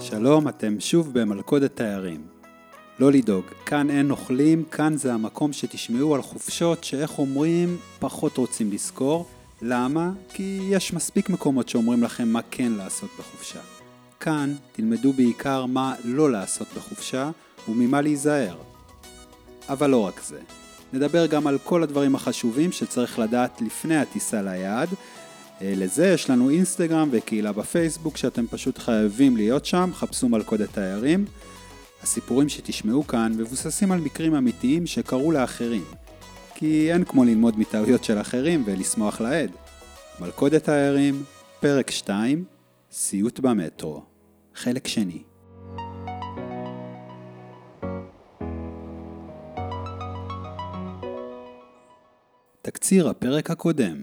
שלום, אתם שוב במלכודת תיירים. לא לדאוג, כאן אין אוכלים, כאן זה המקום שתשמעו על חופשות שאיך אומרים פחות רוצים לזכור. למה? כי יש מספיק מקומות שאומרים לכם מה כן לעשות בחופשה. כאן תלמדו בעיקר מה לא לעשות בחופשה וממה להיזהר. אבל לא רק זה. נדבר גם על כל הדברים החשובים שצריך לדעת לפני הטיסה ליעד. לזה יש לנו אינסטגרם וקהילה בפייסבוק שאתם פשוט חייבים להיות שם, חפשו מלכודת תיירים. הסיפורים שתשמעו כאן מבוססים על מקרים אמיתיים שקרו לאחרים, כי אין כמו ללמוד מטעויות של אחרים ולשמוח לעד. מלכודת תיירים, פרק 2, סיוט במטרו, חלק שני. תקציר הפרק הקודם.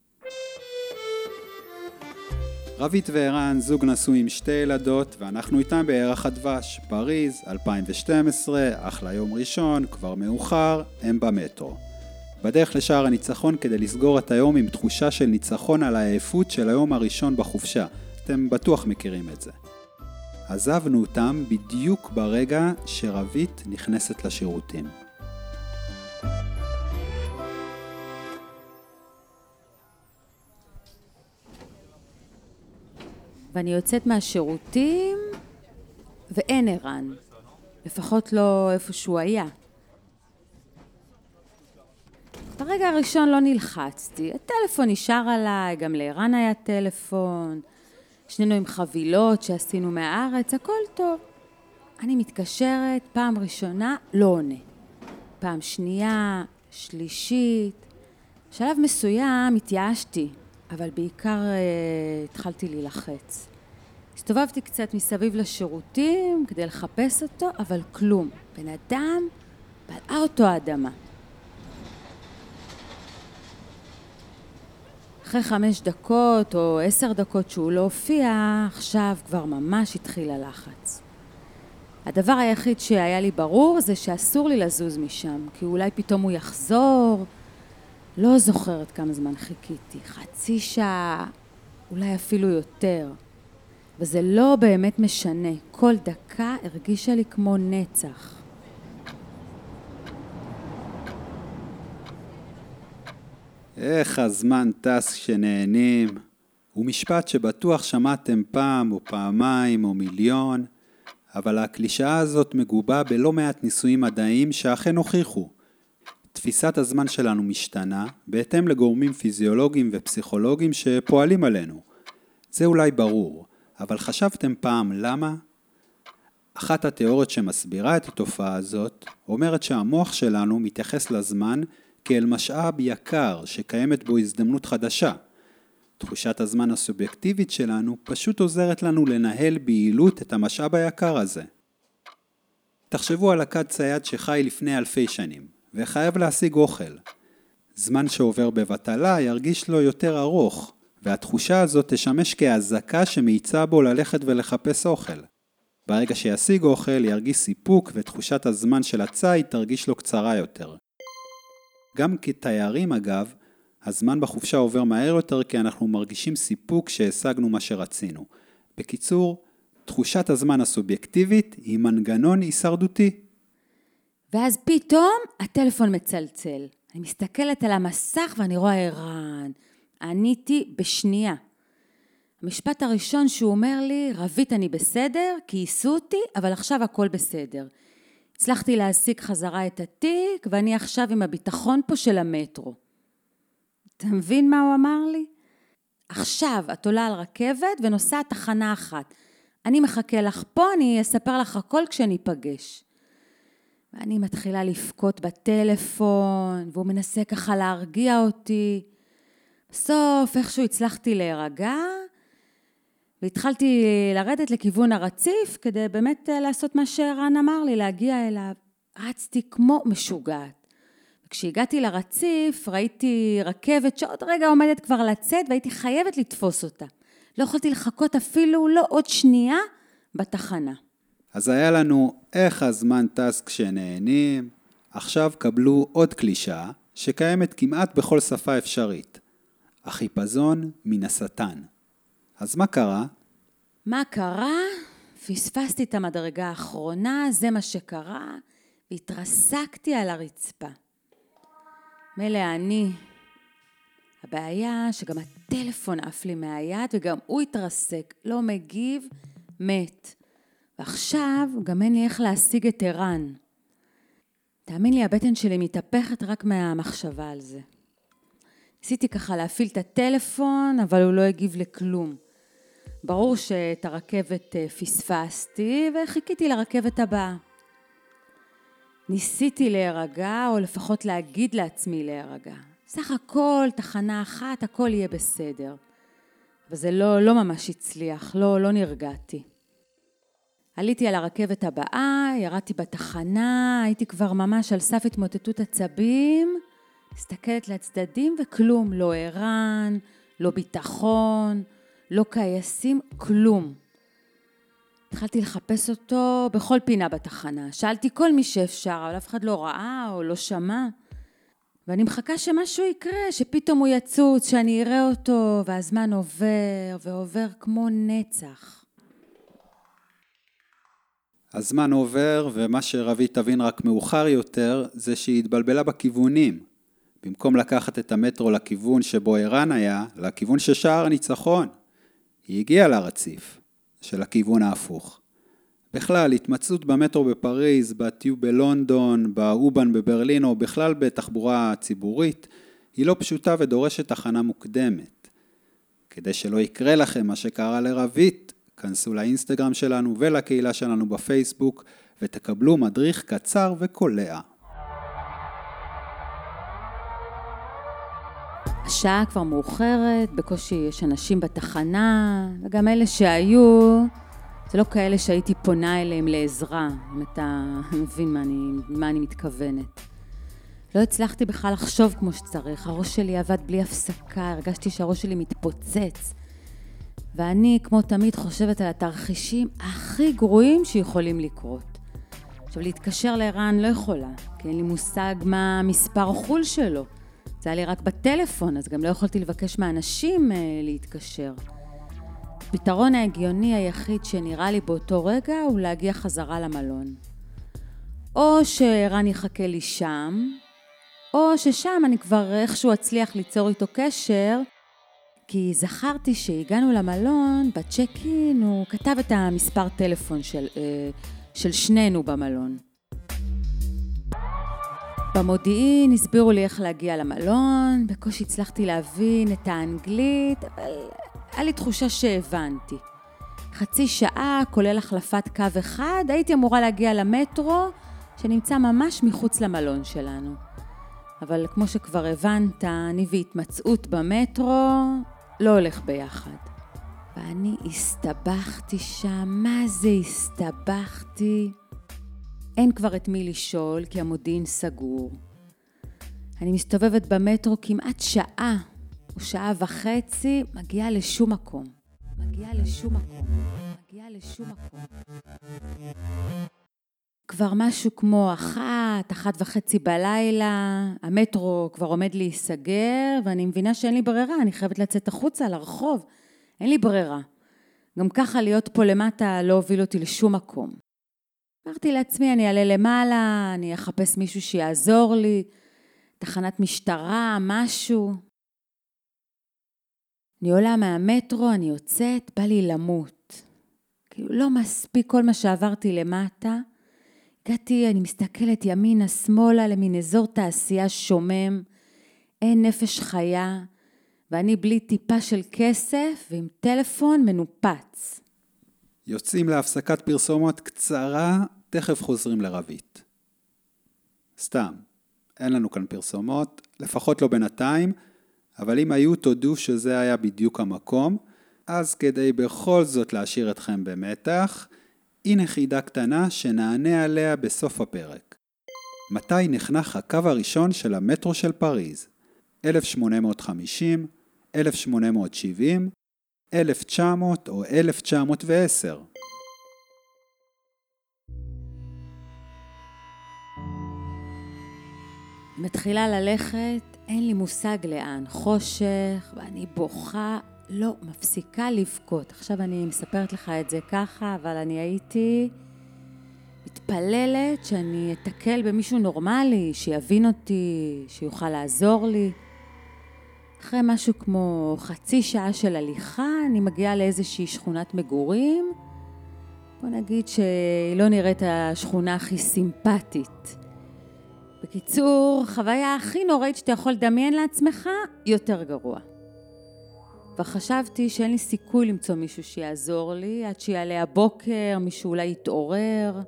רבית וערן, זוג נשוי עם 2 ילדות, ואנחנו איתם בירח הדבש, פריז, 2012, אחלה יום ראשון, כבר מאוחר, הם במטרו. בדרך לשער הניצחון כדי לסגור את היום עם תחושה של ניצחון על העייפות של היום הראשון בחופשה. אתם בטוח מכירים את זה. עזבנו אותם בדיוק ברגע שרבית נכנסת לשירותים. ואני יוצאת מהשירותים, ואין ערן. לפחות לא איפה שהוא היה. ברגע הראשון לא נלחצתי. הטלפון נשאר עליי, גם לערן היה טלפון. שנינו עם חבילות שעשינו מהארץ, הכל טוב. אני מתקשרת, פעם ראשונה, לא עונה. פעם שנייה, שלישית. בשלב מסוים התייאשתי. אבל בעיקר התחלתי להילחץ. הסתובבתי קצת מסביב לשירותים כדי לחפש אותו, אבל כלום. בן אדם בלעה אותו האדמה. אחרי 5 דקות או 10 דקות שהוא לא הופיע, עכשיו כבר ממש התחיל הלחץ. הדבר היחיד שהיה לי ברור זה שאסור לי לזוז משם, כי אולי פתאום הוא יחזור. לא זוכרת כמה זמן חיכיתי, 0.5 שעה, אולי אפילו יותר. וזה לא באמת משנה, כל דקה הרגישה לי כמו נצח. איך הזמן טס כשנהנים. הוא משפט שבטוח שמעתם פעם או פעמיים או מיליון, אבל הקלישאה הזאת מגובה בלא מעט ניסויים מדעיים שאכן הוכיחו. תפיסת הזמן שלנו משתנה בהתאם לגורמים פיזיולוגיים ופסיכולוגיים שפועלים עלינו. זה אולי ברור, אבל חשבתם פעם למה? אחת התיאוריות שמסבירה את התופעה הזאת אומרת שהמוח שלנו מתייחס לזמן כאל משאב יקר שקיימת בו הזדמנות חדשה. תחושת הזמן הסובייקטיבית שלנו פשוט עוזרת לנו לנהל ביעילות את המשאב היקר הזה. תחשבו על הכד צייד שחי לפני אלפי שנים. וחייב להשיג אוכל. זמן שעובר בבטלה ירגיש לו יותר ארוך, והתחושה הזאת תשמש כהזקה שמאיצה בו ללכת ולחפש אוכל. ברגע שישיג אוכל ירגיש סיפוק ותחושת הזמן של הצייד תרגיש לו קצרה יותר. גם כתיירים אגב, הזמן בחופשה עובר מהר יותר כי אנחנו מרגישים סיפוק שהשגנו מה שרצינו. בקיצור, תחושת הזמן הסובייקטיבית היא מנגנון הישרדותי. ואז פתאום הטלפון מצלצל. אני מסתכלת על המסך ואני רואה ערן. עניתי בשנייה. המשפט הראשון שהוא אומר לי, רבית אני בסדר, כייסו אותי, אבל עכשיו הכל בסדר. הצלחתי להשיג חזרה את התיק, ואני עכשיו עם הביטחון פה של המטרו. אתה מבין מה הוא אמר לי? עכשיו את עולה על רכבת ונוסעת תחנה אחת. אני מחכה לך פה, אני אספר לך הכל כשאני אפגש. ואני מתחילה לפקוט בטלפון, והוא מנסה ככה להרגיע אותי. בסוף איכשהו הצלחתי להירגע, והתחלתי לרדת לכיוון הרציף, כדי באמת לעשות מה שערן אמר לי, להגיע אליו. רצתי כמו משוגעת. וכשהגעתי לרציף, ראיתי רכבת שעוד רגע עומדת כבר לצאת, והייתי חייבת לתפוס אותה. לא יכולתי לחכות אפילו לא עוד שנייה בתחנה. אז היה לנו איך הזמן טס כשנהנים. עכשיו קבלו עוד קלישאה שקיימת כמעט בכל שפה אפשרית. החיפזון מן השטן. אז מה קרה? מה קרה? פספסתי את המדרגה האחרונה, זה מה שקרה, והתרסקתי על הרצפה. מילא אני, הבעיה שגם הטלפון עף לי מהיד וגם הוא התרסק, לא מגיב, מת. ועכשיו גם אין לי איך להשיג את ערן. תאמין לי, הבטן שלי מתהפכת רק מהמחשבה על זה. ניסיתי ככה להפעיל את הטלפון, אבל הוא לא הגיב לכלום. ברור שאת הרכבת פספסתי וחיכיתי לרכבת הבאה. ניסיתי להירגע, או לפחות להגיד לעצמי להירגע. סך הכל, תחנה אחת, הכל יהיה בסדר. אבל זה לא ממש הצליח, לא נרגעתי. עליתי על הרכבת הבאה, ירדתי בתחנה, הייתי כבר ממש על סף התמוטטות עצבים, מסתכלת לצדדים וכלום, לא ערן, לא ביטחון, לא קייסים, כלום. התחלתי לחפש אותו בכל פינה בתחנה. שאלתי כל מי שאפשר, אבל אף אחד לא ראה או לא שמע. ואני מחכה שמשהו יקרה, שפתאום הוא יצוץ, שאני אראה אותו, והזמן עובר ועובר כמו נצח. הזמן עובר, ומה שרבית תבין רק מאוחר יותר, זה שהיא התבלבלה בכיוונים. במקום לקחת את המטרו לכיוון שבו ערן היה, לכיוון ששער הניצחון. היא הגיעה לרציף, של הכיוון ההפוך. בכלל, התמצאות במטרו בפריז, בטיוב בלונדון, באובן בברלין, או בכלל בתחבורה ציבורית, היא לא פשוטה ודורשת תחנה מוקדמת. כדי שלא יקרה לכם מה שקרה לרבית, כנסו לאינסטגרם שלנו ולקהילה שלנו בפייסבוק, ותקבלו מדריך קצר וקולע. השעה כבר מאוחרת, בקושי יש אנשים בתחנה, וגם אלה שהיו, זה לא כאלה שהייתי פונה אליהם לעזרה, אם אתה מבין מה אני מתכוונת. לא הצלחתי בכלל לחשוב כמו שצריך, הראש שלי עבד בלי הפסקה, הרגשתי שהראש שלי מתפוצץ, ואני כמו תמיד חושבת על התרחישים הכי גרועים שיכולים לקרות. עכשיו להתקשר לערן לא יכולה, כי אין לי מושג מה מספר חול שלו. זה היה לי רק בטלפון, אז גם לא יכולתי לבקש מאנשים להתקשר. הפתרון ההגיוני היחיד שנראה לי באותו רגע הוא להגיע חזרה למלון. או שערן יחכה לי שם, או ששם אני כבר איכשהו אצליח ליצור איתו קשר, כי זכרתי שהגענו למלון, בצ'ק-אין הוא כתב את המספר טלפון של שנינו במלון. במודיעין הסבירו לי איך להגיע למלון, בקושי הצלחתי להבין את האנגלית, אבל היה לי תחושה שהבנתי. חצי שעה, כולל החלפת קו אחד, הייתי אמורה להגיע למטרו, שנמצא ממש מחוץ למלון שלנו. אבל כמו שכבר הבנת, אני והתמצאות במטרו לא הולך ביחד. ואני הסתבכתי שם, מה זה הסתבכתי? אין כבר את מי לשאול, כי המודיעין סגור. אני מסתובבת במטרו כמעט שעה, או שעה וחצי, מגיעה לשום מקום. כבר משהו כמו 1:30 בלילה, המטרו כבר עומד להיסגר, ואני מבינה שאין לי ברירה, אני חייבת לצאת החוצה לרחוב, אין לי ברירה. גם ככה להיות פה למטה לא הוביל אותי לשום מקום. אמרתי לעצמי, אני אעלה למעלה, אני אחפש מישהו שיעזור לי, תחנת משטרה, משהו. אני עולה מהמטרו, אני יוצאת, בא לי למות. כאילו לא מספיק כל מה שעברתי למטה. הגעתי, אני מסתכלת ימינה, שמאלה, למין אזור תעשייה שומם, אין נפש חיה, ואני בלי טיפה של כסף ועם טלפון מנופץ. יוצאים להפסקת פרסומות קצרה, תכף חוזרים לרבית. סתם, אין לנו כאן פרסומות, לפחות לא בינתיים, אבל אם היו תודו שזה היה בדיוק המקום, אז כדי בכל זאת להשאיר אתכם במתח, הנה חידה קטנה שנענה עליה בסוף הפרק. מתי נחנך הקו הראשון של המטרו של פריז? 1850, 1870, 1900 או 1910? מתחילה ללכת, אין לי מושג לאן, חושך, ואני בוכה, לא מפסיקה לבכות. עכשיו אני מספרת לך את זה ככה, אבל אני הייתי מתפללת שאני אתקל במישהו נורמלי, שיבין אותי, שיוכל לעזור לי. אחרי משהו כמו חצי שעה של הליכה, אני מגיעה לאיזושהי שכונת מגורים. בוא נגיד שהיא לא נראית השכונה הכי סימפטית. בקיצור, חוויה הכי נוראית שאתה יכול לדמיין לעצמך, יותר גרוע. וחשבתי שאין לי סיכוי למצוא מישהו שיעזור לי, עד שיעלה הבוקר, מישהו אולי יתעורר.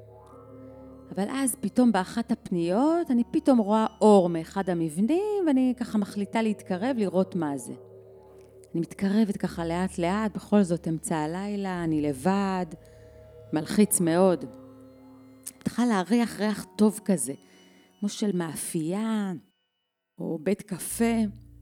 אבל אז פתאום באחת הפניות, אני פתאום רואה אור מאחד המבנים, ואני ככה מחליטה להתקרב לראות מה זה. אני מתקרבת ככה לאט לאט, בכל זאת אמצע הלילה, אני לבד, מלחיץ מאוד. מתחילה להריח ריח טוב כזה, כמו של מאפייה או בית קפה.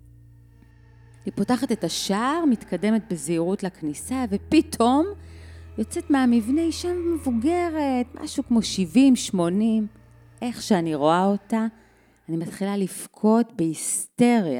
אני פותחת את השער, מתקדמת בזהירות לכניסה, ופתאום יוצאת מהמבנה אישה מבוגרת, משהו כמו 70-80. איך שאני רואה אותה, אני מתחילה לבכות בהיסטריה.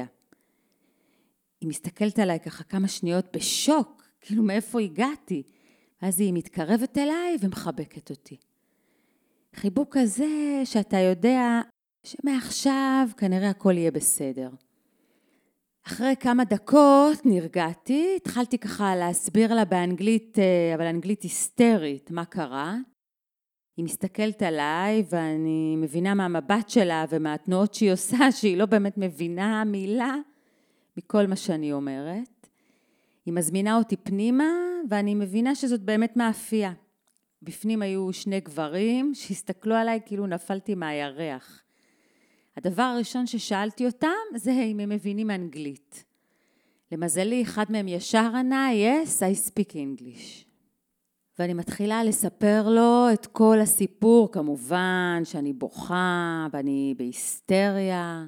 היא מסתכלת עליי ככה כמה שניות בשוק, כאילו מאיפה הגעתי. ואז היא מתקרבת אליי ומחבקת אותי. חיבוק כזה שאתה יודע שמעכשיו כנראה הכל יהיה בסדר. אחרי כמה דקות נרגעתי, התחלתי ככה להסביר לה באנגלית, אבל אנגלית היסטרית, מה קרה. היא מסתכלת עליי ואני מבינה מהמבט שלה ומהתנועות שהיא עושה, שהיא לא באמת מבינה מילה מכל מה שאני אומרת. היא מזמינה אותי פנימה ואני מבינה שזאת באמת מאפייה. בפנים היו 2 גברים שהסתכלו עליי כאילו נפלתי מהירח. הדבר הראשון ששאלתי אותם זה אם הם מבינים אנגלית. למזלי, אחד מהם ישר ענה, yes, I speak English. ואני מתחילה לספר לו את כל הסיפור, כמובן שאני בוכה ואני בהיסטריה.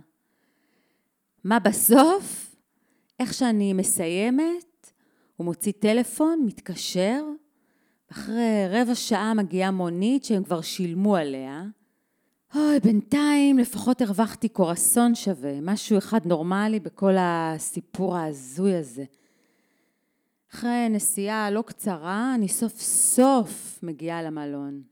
מה בסוף? איך שאני מסיימת, הוא מוציא טלפון, מתקשר, אחרי 15 שעה מגיעה מונית שהם כבר שילמו עליה. אוי, בינתיים לפחות הרווחתי קורסון שווה, משהו אחד נורמלי בכל הסיפור ההזוי הזה. אחרי נסיעה לא קצרה, אני סוף סוף מגיעה למלון.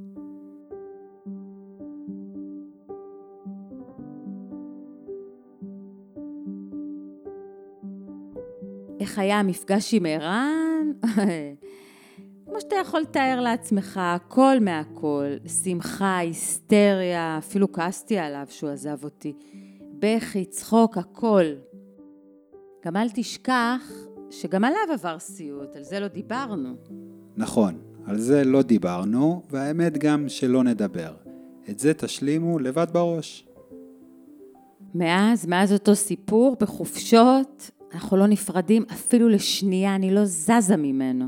איך היה המפגש עם ערן? כמו שאתה יכול לתאר לעצמך, הכל מהכל, שמחה, היסטריה, אפילו כעסתי עליו שהוא עזב אותי, בכי, צחוק, הכל. גם אל תשכח שגם עליו עבר סיוט, על זה לא דיברנו. נכון, על זה לא דיברנו, והאמת גם שלא נדבר. את זה תשלימו לבד בראש. מאז אותו סיפור בחופשות, אנחנו לא נפרדים אפילו לשנייה, אני לא זזה ממנו.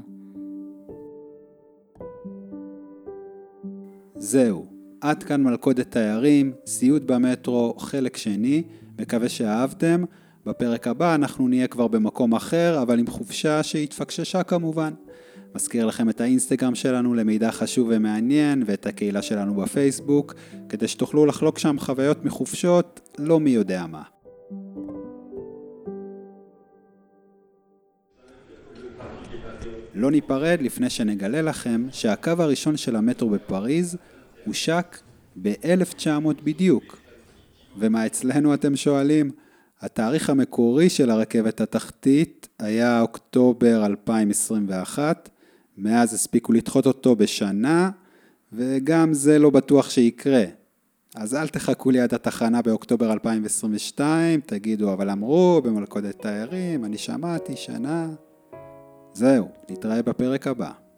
זהו, עד כאן מלכודת תיירים, סיוט במטרו, חלק שני, מקווה שאהבתם. בפרק הבא אנחנו נהיה כבר במקום אחר, אבל עם חופשה שהתפקששה כמובן. מזכיר לכם את האינסטגרם שלנו למידע חשוב ומעניין, ואת הקהילה שלנו בפייסבוק, כדי שתוכלו לחלוק שם חוויות מחופשות, לא מי יודע מה. לא ניפרד לפני שנגלה לכם שהקו הראשון של המטרו בפריז הושק ב-1900 בדיוק. ומה אצלנו אתם שואלים? התאריך המקורי של הרכבת התחתית היה אוקטובר 2021, מאז הספיקו לדחות אותו בשנה, וגם זה לא בטוח שיקרה. אז אל תחכו ליד התחנה באוקטובר 2022, תגידו אבל אמרו במלכודת תיירים, אני שמעתי שנה. זהו, נתראה בפרק הבא.